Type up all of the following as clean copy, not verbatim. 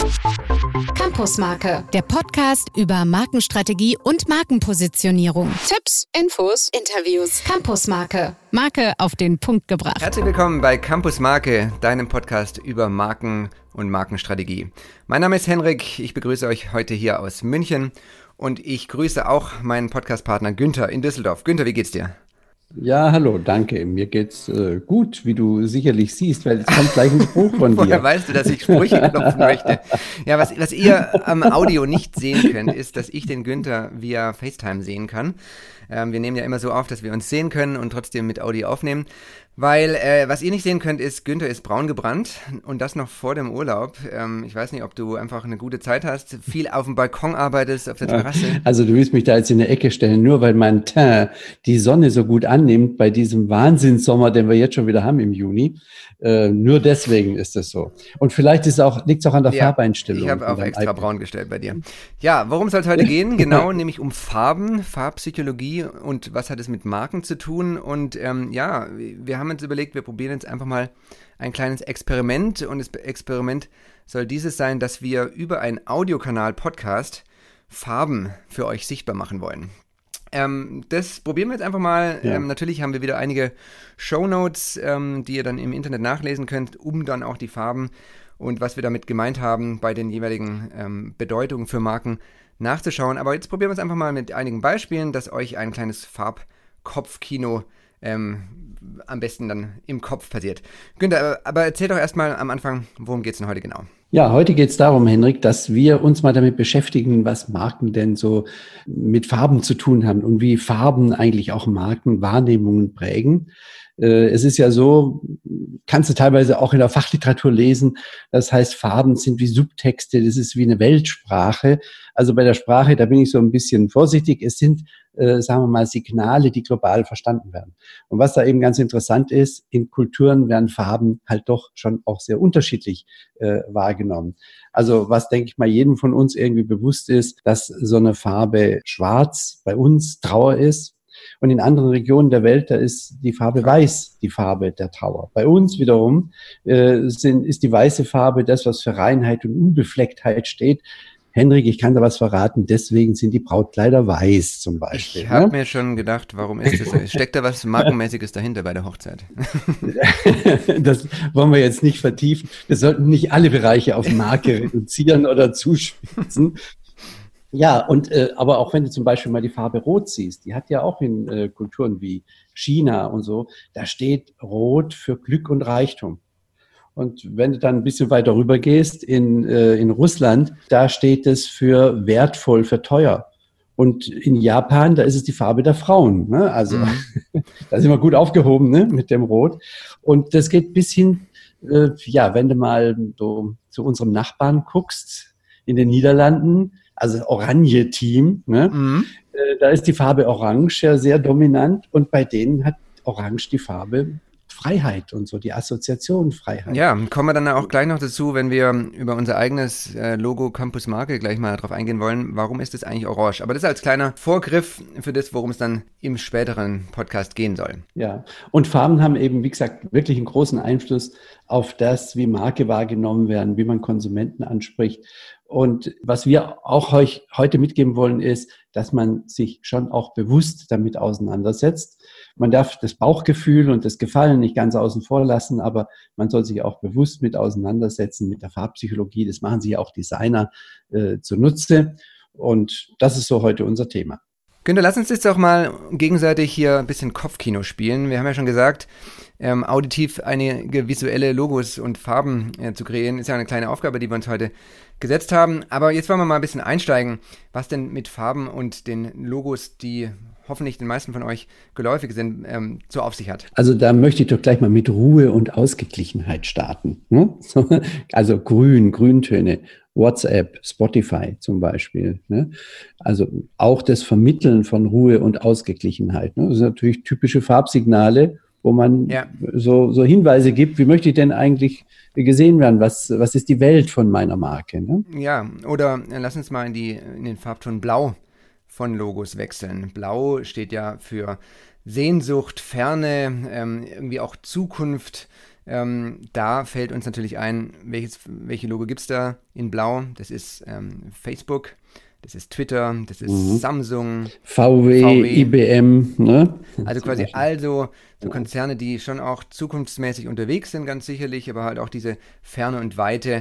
Campusmarke, der Podcast über Markenstrategie und Markenpositionierung. Tipps, Infos, Interviews. Campusmarke, Marke auf den Punkt gebracht. Herzlich willkommen bei Campusmarke, deinem Podcast über Marken und Markenstrategie. Mein Name ist Henrik, ich begrüße euch heute hier aus München und ich grüße auch meinen Podcastpartner Günther in Düsseldorf. Günther, wie geht's dir? Ja, hallo, danke. Mir geht's gut, wie du sicherlich siehst, weil jetzt kommt gleich ein Spruch von dir. Woher weißt du, dass ich Sprüche klopfen möchte? Ja, was ihr am Audio nicht sehen könnt, ist, dass ich den Günther via FaceTime sehen kann. Wir nehmen ja immer so auf, dass wir uns sehen können und trotzdem mit Audio aufnehmen. Weil, was ihr nicht sehen könnt, ist, Günther ist braun gebrannt und das noch vor dem Urlaub. Ich weiß nicht, ob du einfach eine gute Zeit hast, viel auf dem Balkon arbeitest, auf der Terrasse. Also du willst mich da jetzt in eine Ecke stellen, nur weil mein Teint die Sonne so gut annimmt bei diesem Wahnsinnssommer, den wir jetzt schon wieder haben im Juni. Nur deswegen ist das so. Und vielleicht liegt es auch an der Farbeinstellung. Ich habe auch extra braun gestellt bei dir. Ja, worum soll es heute gehen? Genau, nämlich um Farben, Farbpsychologie und was hat es mit Marken zu tun? Und wir haben uns überlegt, wir probieren jetzt einfach mal ein kleines Experiment und das Experiment soll dieses sein, dass wir über einen Audiokanal Podcast Farben für euch sichtbar machen wollen. Das probieren wir jetzt einfach mal. Ja. Natürlich haben wir wieder einige Shownotes, die ihr dann im Internet nachlesen könnt, um dann auch die Farben und was wir damit gemeint haben bei den jeweiligen Bedeutungen für Marken nachzuschauen. Aber jetzt probieren wir es einfach mal mit einigen Beispielen, dass euch ein kleines Farbkopfkino am besten dann im Kopf passiert. Günther, aber erzähl doch erstmal am Anfang, worum geht es denn heute genau? Ja, heute geht es darum, Henrik, dass wir uns mal damit beschäftigen, was Marken denn so mit Farben zu tun haben und wie Farben eigentlich auch Markenwahrnehmungen prägen. Es ist ja so, kannst du teilweise auch in der Fachliteratur lesen, das heißt, Farben sind wie Subtexte, das ist wie eine Weltsprache. Also bei der Sprache, da bin ich so ein bisschen vorsichtig, es sind, sagen wir mal, Signale, die global verstanden werden. Und was da eben ganz interessant ist, in Kulturen werden Farben halt doch schon auch sehr unterschiedlich wahrgenommen. Also was, denke ich mal, jedem von uns irgendwie bewusst ist, dass so eine Farbe schwarz bei uns Trauer ist. Und in anderen Regionen der Welt, da ist die Farbe weiß die Farbe der Trauer. Bei uns wiederum ist die weiße Farbe das, was für Reinheit und Unbeflecktheit steht. Henrik, ich kann da was verraten, deswegen sind die Brautkleider weiß zum Beispiel. Ich habe mir schon gedacht, warum ist das so? Steckt da was Markenmäßiges dahinter bei der Hochzeit? Das wollen wir jetzt nicht vertiefen. Wir sollten nicht alle Bereiche auf Marke reduzieren oder zuspitzen. Ja, und aber auch wenn du zum Beispiel mal die Farbe Rot siehst, die hat ja auch in Kulturen wie China und so, da steht Rot für Glück und Reichtum. Und wenn du dann ein bisschen weiter rüber gehst, in Russland, da steht es für wertvoll, für teuer. Und in Japan, da ist es die Farbe der Frauen. Ne? Also da sind wir gut aufgehoben, ne? Mit dem Rot. Und das geht bis hin, wenn du mal so zu unserem Nachbarn guckst, in den Niederlanden, also Oranje-Team, ne? Da ist die Farbe Orange ja sehr dominant und bei denen hat Orange die Farbe Freiheit und so, die Assoziation Freiheit. Ja, kommen wir dann auch gleich noch dazu, wenn wir über unser eigenes Logo Campus Marke gleich mal drauf eingehen wollen. Warum ist es eigentlich orange? Aber das ist als kleiner Vorgriff für das, worum es dann im späteren Podcast gehen soll. Ja, und Farben haben eben, wie gesagt, wirklich einen großen Einfluss auf das, wie Marke wahrgenommen werden, wie man Konsumenten anspricht. Und was wir auch euch heute mitgeben wollen, ist, dass man sich schon auch bewusst damit auseinandersetzt. Man darf das Bauchgefühl und das Gefallen nicht ganz außen vor lassen, aber man soll sich auch bewusst mit auseinandersetzen, mit der Farbpsychologie. Das machen sich auch Designer zunutze. Und das ist so heute unser Thema. Günther, lass uns jetzt doch mal gegenseitig hier ein bisschen Kopfkino spielen. Wir haben ja schon gesagt, auditiv einige visuelle Logos und Farben zu kreieren, ist ja eine kleine Aufgabe, die wir uns heute gesetzt haben. Aber jetzt wollen wir mal ein bisschen einsteigen, was denn mit Farben und den Logos, die hoffentlich den meisten von euch geläufig sind, so auf sich hat. Also da möchte ich doch gleich mal mit Ruhe und Ausgeglichenheit starten. Ne? Also Grüntöne, WhatsApp, Spotify zum Beispiel. Ne? Also auch das Vermitteln von Ruhe und Ausgeglichenheit. Ne? Das sind natürlich typische Farbsignale, wo man so Hinweise gibt, wie möchte ich denn eigentlich gesehen werden? Was ist die Welt von meiner Marke? Ne? Ja, oder lass uns mal in den Farbton Blau von Logos wechseln. Blau steht ja für Sehnsucht, Ferne, irgendwie auch Zukunft, Da fällt uns natürlich ein, welche Logo gibt es da in Blau? Das ist Facebook, das ist Twitter, das ist Samsung, VW, IBM, ne? Also quasi so Konzerne, die schon auch zukunftsmäßig unterwegs sind, ganz sicherlich, aber halt auch diese Ferne und Weite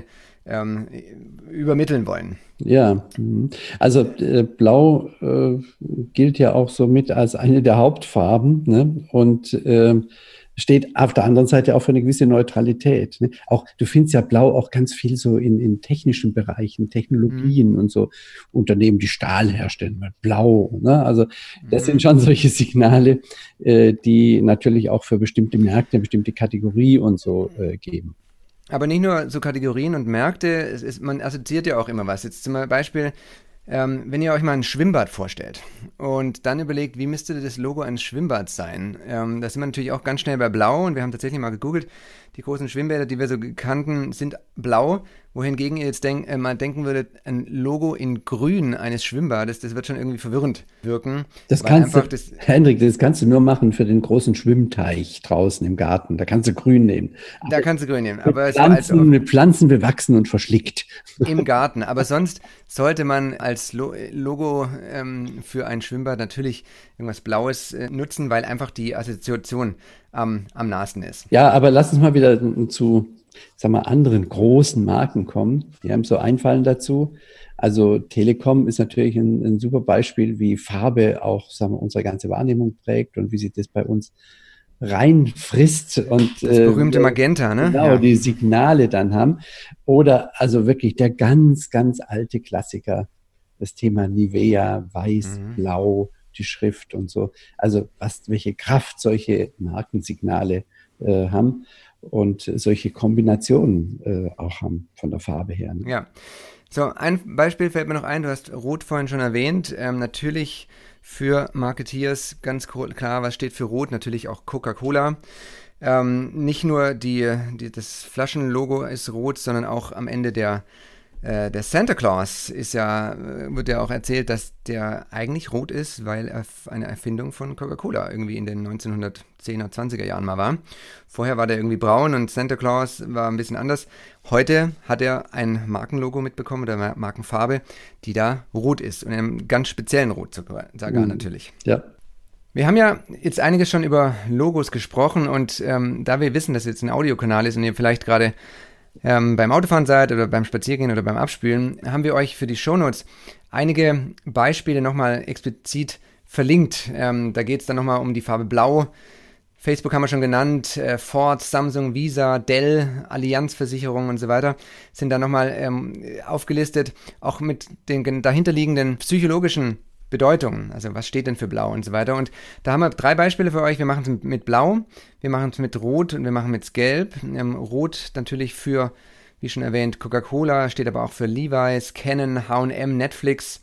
übermitteln wollen. Ja, also Blau gilt ja auch somit als eine der Hauptfarben, ne? Und steht auf der anderen Seite auch für eine gewisse Neutralität. Ne? Auch du findest ja Blau auch ganz viel so in technischen Bereichen, Technologien und so Unternehmen, die Stahl herstellen mit Blau. Ne? Also das sind schon solche Signale, die natürlich auch für bestimmte Märkte, eine bestimmte Kategorie und so geben. Aber nicht nur so Kategorien und Märkte, man assoziiert ja auch immer was. Jetzt zum Beispiel, wenn ihr euch mal ein Schwimmbad vorstellt und dann überlegt, wie müsste das Logo eines Schwimmbads sein, da sind wir natürlich auch ganz schnell bei Blau und wir haben tatsächlich mal gegoogelt, die großen Schwimmbäder, die wir so kannten, sind blau, wohingegen ihr jetzt mal denken würdet, ein Logo in Grün eines Schwimmbades, das wird schon irgendwie verwirrend wirken. Hendrik, das kannst du nur machen für den großen Schwimmteich draußen im Garten, da kannst du Grün nehmen. Aber mit Pflanzen bewachsen und verschlickt. Im Garten, aber sonst sollte man als Logo für ein Schwimmbad natürlich irgendwas Blaues nutzen, weil einfach die Assoziation am nahesten ist. Ja, aber lass uns mal wieder zu, anderen großen Marken kommen. Die haben so einfallen dazu. Also Telekom ist natürlich ein super Beispiel, wie Farbe auch, unsere ganze Wahrnehmung prägt und wie sich das bei uns reinfrisst und das berühmte Magenta, ne? Genau, ja. Die Signale dann haben. Oder also wirklich der ganz, ganz alte Klassiker, das Thema Nivea, weiß, blau, die Schrift und so. Also welche Kraft solche Markensignale haben und solche Kombinationen auch haben von der Farbe her. Ne? Ja, so ein Beispiel fällt mir noch ein, du hast Rot vorhin schon erwähnt, natürlich für Marketeers ganz klar, was steht für Rot, natürlich auch Coca-Cola. Nicht nur das Flaschenlogo ist rot, sondern auch am Ende der Santa Claus wird ja auch erzählt, dass der eigentlich rot ist, weil er eine Erfindung von Coca-Cola irgendwie in den 1910er, 20er Jahren mal war. Vorher war der irgendwie braun und Santa Claus war ein bisschen anders. Heute hat er ein Markenlogo mitbekommen oder Markenfarbe, die da rot ist und einem ganz speziellen Rot sogar natürlich. Ja. Wir haben ja jetzt einiges schon über Logos gesprochen und da wir wissen, dass jetzt ein Audiokanal ist und ihr vielleicht gerade beim Autofahren seid oder beim Spaziergehen oder beim Abspülen, haben wir euch für die Shownotes einige Beispiele nochmal explizit verlinkt. Da geht es dann nochmal um die Farbe Blau. Facebook haben wir schon genannt, Ford, Samsung, Visa, Dell, Allianz-Versicherung und so weiter sind da nochmal aufgelistet, auch mit den dahinterliegenden psychologischen Bedeutungen, also was steht denn für Blau und so weiter. Und da haben wir 3 Beispiele für euch. Wir machen es mit Blau, wir machen es mit Rot und wir machen es mit Gelb. Rot natürlich für, wie schon erwähnt, Coca-Cola, steht aber auch für Levi's, Canon, H&M, Netflix.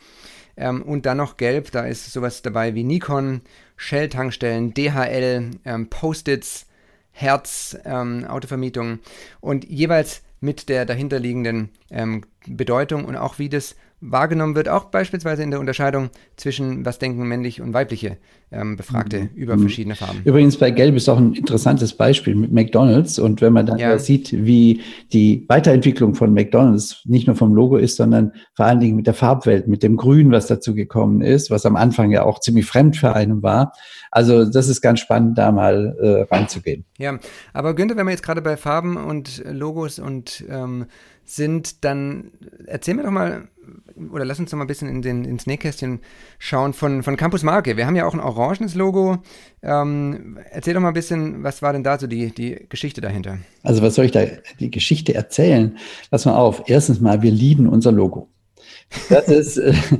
Und dann noch Gelb, da ist sowas dabei wie Nikon, Shell-Tankstellen, DHL, Post-its, Herz, Autovermietung und jeweils mit der dahinterliegenden Bedeutung und auch wie das wahrgenommen wird, auch beispielsweise in der Unterscheidung zwischen, was denken männliche und weibliche Befragte über verschiedene Farben. Übrigens bei Gelb ist auch ein interessantes Beispiel mit McDonald's und wenn man dann sieht, wie die Weiterentwicklung von McDonald's nicht nur vom Logo ist, sondern vor allen Dingen mit der Farbwelt, mit dem Grün, was dazu gekommen ist, was am Anfang ja auch ziemlich fremd für einen war. Also das ist ganz spannend, da mal reinzugehen. Ja, aber Günther, wenn wir jetzt gerade bei Farben und Logos und sind, dann erzähl mir doch mal, oder lass uns doch mal ein bisschen ins Nähkästchen schauen von Campus Marke. Wir haben ja auch ein orangenes Logo. Erzähl doch mal ein bisschen, was war denn da so die Geschichte dahinter? Also was soll ich da die Geschichte erzählen? Lass mal auf. Erstens mal, wir lieben unser Logo. Das ist,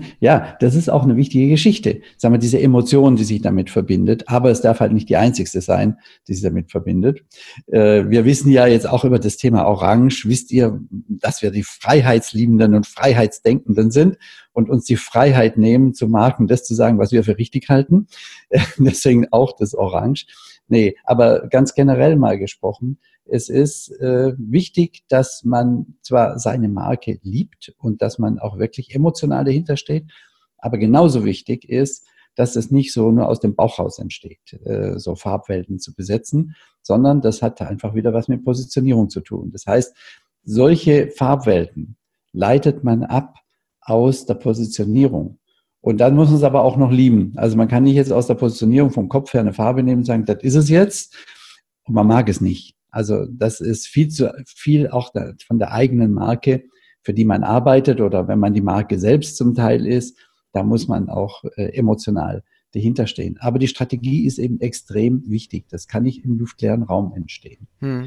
das ist auch eine wichtige Geschichte. Sagen wir, diese Emotion, die sich damit verbindet. Aber es darf halt nicht die einzigste sein, die sich damit verbindet. Wir wissen ja jetzt auch über das Thema Orange. Wisst ihr, dass wir die Freiheitsliebenden und Freiheitsdenkenden sind und uns die Freiheit nehmen, zu Marken das zu sagen, was wir für richtig halten. Deswegen auch das Orange. Nee, aber ganz generell mal gesprochen, es ist wichtig, dass man zwar seine Marke liebt und dass man auch wirklich emotional dahinter steht, aber genauso wichtig ist, dass es nicht so nur aus dem Bauch raus entsteht, so Farbwelten zu besetzen, sondern das hat einfach wieder was mit Positionierung zu tun. Das heißt, solche Farbwelten leitet man ab aus der Positionierung. Und dann muss man es aber auch noch lieben. Also man kann nicht jetzt aus der Positionierung vom Kopf her eine Farbe nehmen und sagen, das ist es jetzt. Und man mag es nicht. Also das ist viel zu viel auch von der eigenen Marke, für die man arbeitet, oder wenn man die Marke selbst zum Teil ist, da muss man auch emotional dahinter stehen. Aber die Strategie ist eben extrem wichtig. Das kann nicht im luftleeren Raum entstehen.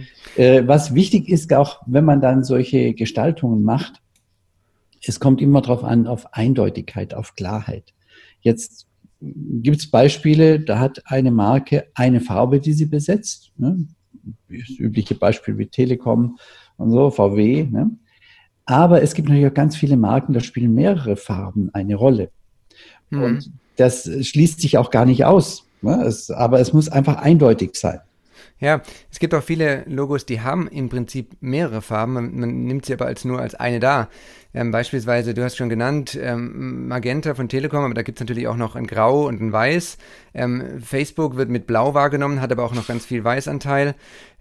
Was wichtig ist, auch wenn man dann solche Gestaltungen macht, es kommt immer darauf an, auf Eindeutigkeit, auf Klarheit. Jetzt gibt es Beispiele, da hat eine Marke eine Farbe, die sie besetzt. Ne? Das übliche Beispiel wie Telekom und so, VW. Ne? Aber es gibt natürlich auch ganz viele Marken, da spielen mehrere Farben eine Rolle. Und das schließt sich auch gar nicht aus. Ne? Aber es muss einfach eindeutig sein. Ja, es gibt auch viele Logos, die haben im Prinzip mehrere Farben. Man nimmt sie aber nur als eine da. Beispielsweise, du hast schon genannt, Magenta von Telekom, aber da gibt es natürlich auch noch ein Grau und ein Weiß. Facebook wird mit Blau wahrgenommen, hat aber auch noch ganz viel Weißanteil.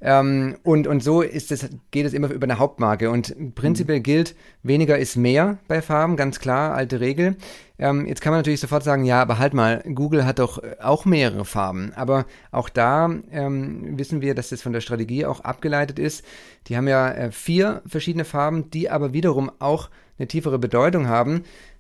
Und so geht es immer über eine Hauptmarke. Und prinzipiell gilt, weniger ist mehr bei Farben, ganz klar, alte Regel. Jetzt kann man natürlich sofort sagen, ja, aber halt mal, Google hat doch auch mehrere Farben. Aber auch da wissen wir, dass das von der Strategie auch abgeleitet ist. Die haben ja 4 verschiedene Farben, die aber wiederum auch eine tiefere Bedeutung haben.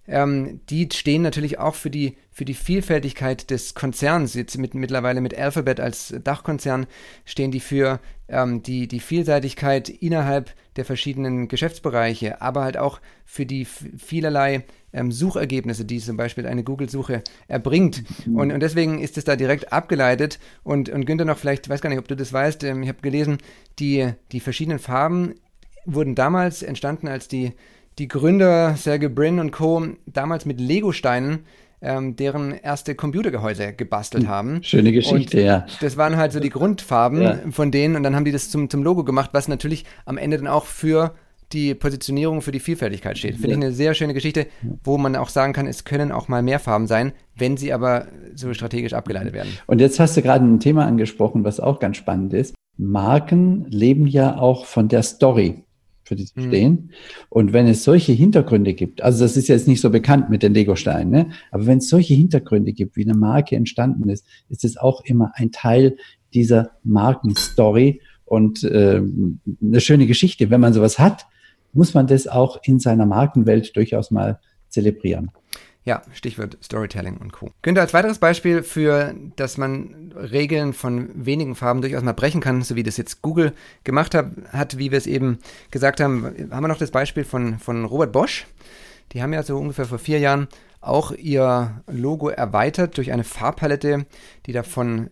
Die stehen natürlich auch für die Vielfältigkeit des Konzerns. Jetzt mittlerweile mit Alphabet als Dachkonzern stehen die für die Vielseitigkeit innerhalb der verschiedenen Geschäftsbereiche, aber halt auch für die vielerlei Suchergebnisse, die zum Beispiel eine Google-Suche erbringt. Und deswegen ist es da direkt abgeleitet. Und Günther noch vielleicht, ich weiß gar nicht, ob du das weißt, ich habe gelesen, die verschiedenen Farben wurden damals entstanden, als die Gründer Sergey Brin und Co. damals mit Lego-Steinen deren erste Computergehäuse gebastelt haben. Schöne Geschichte, und ja. Das waren halt so die Grundfarben von denen, und dann haben die das zum Logo gemacht, was natürlich am Ende dann auch für die Positionierung, für die Vielfältigkeit steht. Finde ich eine sehr schöne Geschichte, wo man auch sagen kann, es können auch mal mehr Farben sein, wenn sie aber so strategisch abgeleitet werden. Und jetzt hast du gerade ein Thema angesprochen, was auch ganz spannend ist. Marken leben ja auch von der Story, für die sie stehen. Und wenn es solche Hintergründe gibt, also das ist jetzt nicht so bekannt mit den Lego-Steinen, ne? Aber wenn es solche Hintergründe gibt, wie eine Marke entstanden ist, ist es auch immer ein Teil dieser Markenstory und eine schöne Geschichte. Wenn man sowas hat, muss man das auch in seiner Markenwelt durchaus mal zelebrieren. Ja, Stichwort Storytelling und Co. Günther, als weiteres Beispiel für, dass man Regeln von wenigen Farben durchaus mal brechen kann, so wie das jetzt Google gemacht hat, wie wir es eben gesagt haben, haben wir noch das Beispiel von Robert Bosch. Die haben ja so ungefähr vor 4 Jahren auch ihr Logo erweitert durch eine Farbpalette, die da von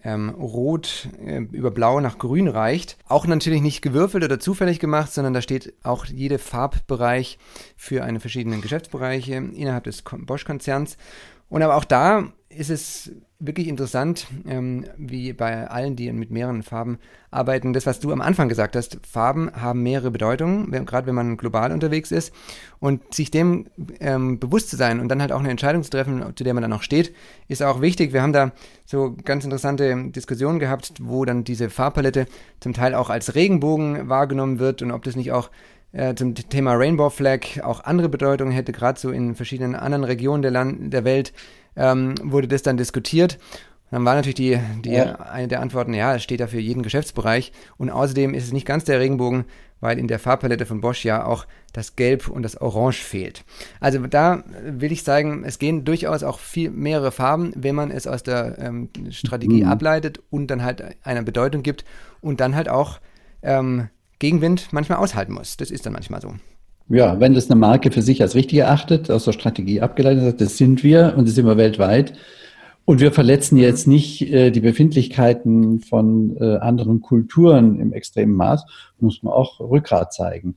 Rot über Blau nach Grün reicht. Auch natürlich nicht gewürfelt oder zufällig gemacht, sondern da steht auch jeder Farbbereich für eine verschiedenen Geschäftsbereiche innerhalb des Bosch-Konzerns. Und aber auch da ist es wirklich interessant, wie bei allen, die mit mehreren Farben arbeiten. Das, was du am Anfang gesagt hast, Farben haben mehrere Bedeutungen, gerade wenn man global unterwegs ist. Und sich dem bewusst zu sein und dann halt auch eine Entscheidung zu treffen, zu der man dann auch steht, ist auch wichtig. Wir haben da so ganz interessante Diskussionen gehabt, wo dann diese Farbpalette zum Teil auch als Regenbogen wahrgenommen wird und ob das nicht auch zum Thema Rainbow Flag auch andere Bedeutungen hätte, gerade so in verschiedenen anderen Regionen der Welt wurde das dann diskutiert. Und dann war natürlich eine der Antworten, ja, es steht ja für jeden Geschäftsbereich, und außerdem ist es nicht ganz der Regenbogen, weil in der Farbpalette von Bosch ja auch das Gelb und das Orange fehlt. Also da will ich sagen, es gehen durchaus auch mehrere Farben, wenn man es aus der Strategie ableitet und dann halt einer Bedeutung gibt und dann halt auch Gegenwind manchmal aushalten muss. Das ist dann manchmal so. Ja, wenn das eine Marke für sich als richtig erachtet, aus der Strategie abgeleitet hat, das sind wir und das sind wir weltweit. Und wir verletzen jetzt nicht die Befindlichkeiten von anderen Kulturen im extremen Maß, muss man auch Rückgrat zeigen.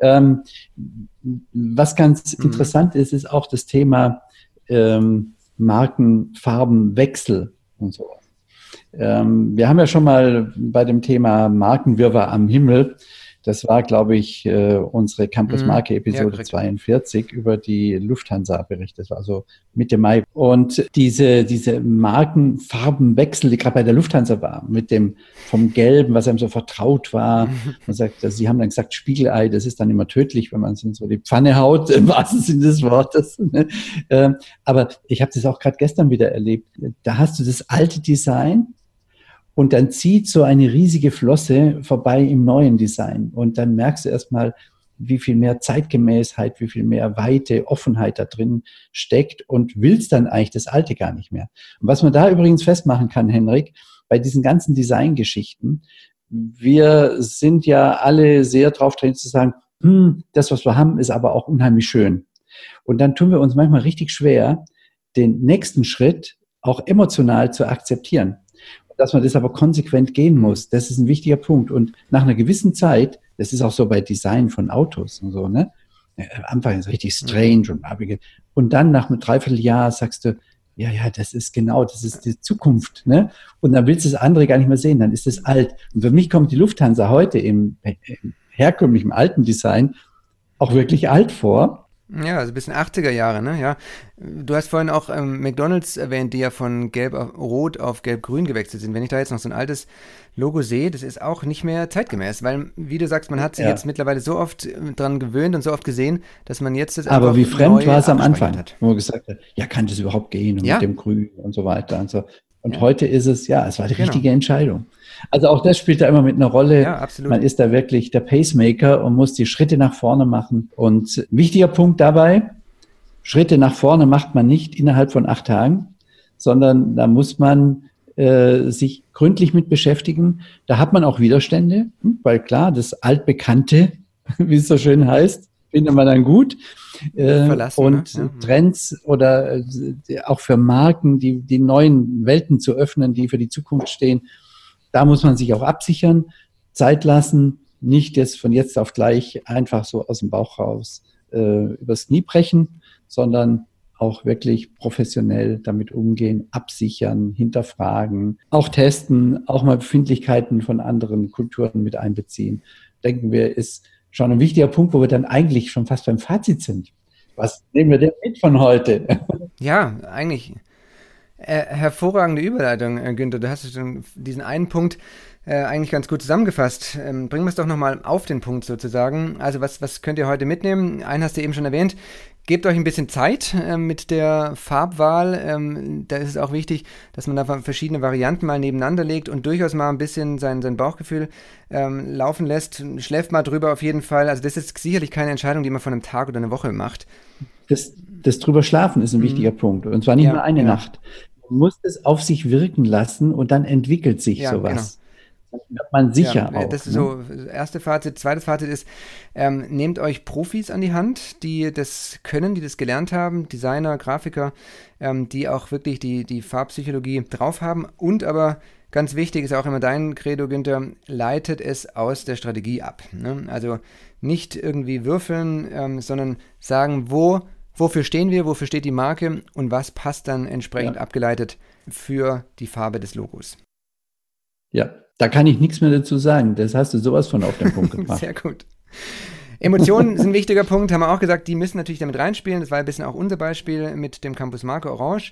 Was ganz interessant ist, ist auch das Thema Markenfarbenwechsel und so. Wir haben ja schon mal bei dem Thema Markenwirrwarr am Himmel Das war, glaube ich, unsere Campus-Marke-Episode 42 über die Lufthansa-Bericht. Das war so Mitte Mai. Und diese Markenfarbenwechsel, die gerade bei der Lufthansa war, mit dem vom Gelben, was einem so vertraut war. Man sagt, also sie haben dann gesagt, Spiegelei, das ist dann immer tödlich, wenn man es in so die Pfanne haut, im wahrsten Sinne des Wortes. Aber ich habe das auch gerade gestern wieder erlebt. Da hast du das alte Design, und dann zieht so eine riesige Flosse vorbei im neuen Design. Und dann merkst du erstmal, wie viel mehr Zeitgemäßheit, wie viel mehr Weite, Offenheit da drin steckt und willst dann eigentlich das Alte gar nicht mehr. Und was man da übrigens festmachen kann, Henrik, bei diesen ganzen Designgeschichten, wir sind ja alle sehr drauf trainiert zu sagen, das, was wir haben, ist aber auch unheimlich schön. Und dann tun wir uns manchmal richtig schwer, den nächsten Schritt auch emotional zu akzeptieren. Dass man das aber konsequent gehen muss, das ist ein wichtiger Punkt. Und nach einer gewissen Zeit, das ist auch so bei Design von Autos und so, ne? Am Anfang ist es richtig strange und farbig. Und dann nach einem Dreivierteljahr sagst du, ja, das ist die Zukunft, ne? Und dann willst du das andere gar nicht mehr sehen, dann ist es alt. Und für mich kommt die Lufthansa heute im herkömmlichen alten Design auch wirklich alt vor. Ja, also ein bisschen 80er Jahre, ne? Ja. Du hast vorhin auch McDonald's erwähnt, die ja von Gelb-Rot auf Gelb-Grün gewechselt sind. Wenn ich da jetzt noch so ein altes Logo sehe, das ist auch nicht mehr zeitgemäß, weil, wie du sagst, man hat sich jetzt mittlerweile so oft dran gewöhnt und so oft gesehen, dass man jetzt das aber wie fremd war es am Anfang, wo man gesagt hat, ja, kann das überhaupt gehen und mit dem Grün und so weiter und so. Und heute ist es, es war die richtige Entscheidung. Also auch das spielt da immer mit einer Rolle. Ja, absolut. Man ist da wirklich der Pacemaker und muss die Schritte nach vorne machen. Und wichtiger Punkt dabei, Schritte nach vorne macht man nicht innerhalb von 8 Tagen, sondern da muss man sich gründlich mit beschäftigen. Da hat man auch Widerstände, weil klar, das Altbekannte, wie es so schön heißt, findet man dann gut. Und Trends oder auch für Marken, die neuen Welten zu öffnen, die für die Zukunft stehen, da muss man sich auch absichern, Zeit lassen, nicht jetzt von jetzt auf gleich einfach so aus dem Bauch raus übers Knie brechen, sondern auch wirklich professionell damit umgehen, absichern, hinterfragen, auch testen, auch mal Befindlichkeiten von anderen Kulturen mit einbeziehen. Denken wir, ist schon ein wichtiger Punkt, wo wir dann eigentlich schon fast beim Fazit sind. Was nehmen wir denn mit von heute? Ja, eigentlich hervorragende Überleitung, Günther. Du hast schon diesen einen Punkt eigentlich ganz gut zusammengefasst. Bringen wir es doch nochmal auf den Punkt sozusagen. Also was könnt ihr heute mitnehmen? Einen hast du eben schon erwähnt. Gebt euch ein bisschen Zeit mit der Farbwahl. Da ist es auch wichtig, dass man da verschiedene Varianten mal nebeneinander legt und durchaus mal ein bisschen sein Bauchgefühl laufen lässt. Schläft mal drüber auf jeden Fall. Also das ist sicherlich keine Entscheidung, die man von einem Tag oder einer Woche macht. Das drüber schlafen ist ein wichtiger Punkt. Und zwar nicht nur eine Nacht. Man muss es auf sich wirken lassen und dann entwickelt sich sowas. Genau. Dann wird man sicher auch. Das ist so das erste Fazit. Zweites Fazit ist, nehmt euch Profis an die Hand, die das können, die das gelernt haben, Designer, Grafiker, die auch wirklich die Farbpsychologie drauf haben. Und aber ganz wichtig ist auch immer dein Credo, Günther, leitet es aus der Strategie ab. Ne? Also nicht irgendwie würfeln, sondern sagen, wofür stehen wir, wofür steht die Marke und was passt dann entsprechend abgeleitet für die Farbe des Logos. Ja, da kann ich nichts mehr dazu sagen. Das hast du sowas von auf den Punkt gebracht. Sehr gut. Emotionen sind ein wichtiger Punkt, haben wir auch gesagt, die müssen natürlich damit reinspielen. Das war ein bisschen auch unser Beispiel mit dem Campus Marke Orange.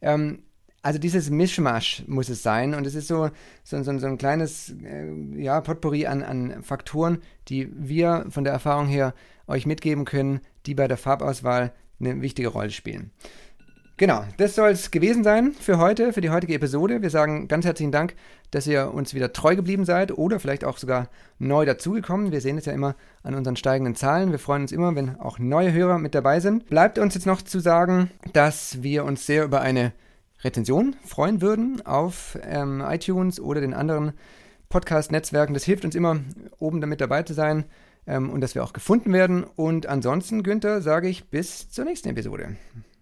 Also dieses Mischmasch muss es sein und es ist so ein kleines Potpourri an Faktoren, die wir von der Erfahrung her euch mitgeben können, die bei der Farbauswahl eine wichtige Rolle spielen. Genau, das soll es gewesen sein für heute, für die heutige Episode. Wir sagen ganz herzlichen Dank, dass ihr uns wieder treu geblieben seid oder vielleicht auch sogar neu dazugekommen. Wir sehen es ja immer an unseren steigenden Zahlen. Wir freuen uns immer, wenn auch neue Hörer mit dabei sind. Bleibt uns jetzt noch zu sagen, dass wir uns sehr über eine Rezension freuen würden auf iTunes oder den anderen Podcast-Netzwerken. Das hilft uns immer, oben damit dabei zu sein und dass wir auch gefunden werden. Und ansonsten, Günther, sage ich bis zur nächsten Episode.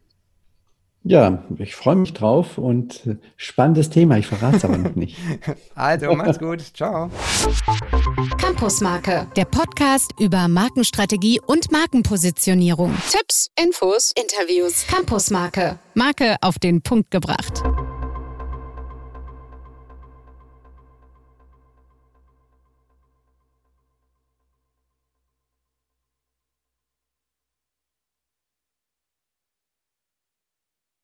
Ja, ich freue mich drauf und spannendes Thema, ich verrate es aber noch nicht. Also, macht's gut, ciao. Campusmarke, der Podcast über Markenstrategie und Markenpositionierung. Tipps, Infos, Interviews. Campusmarke, Marke auf den Punkt gebracht.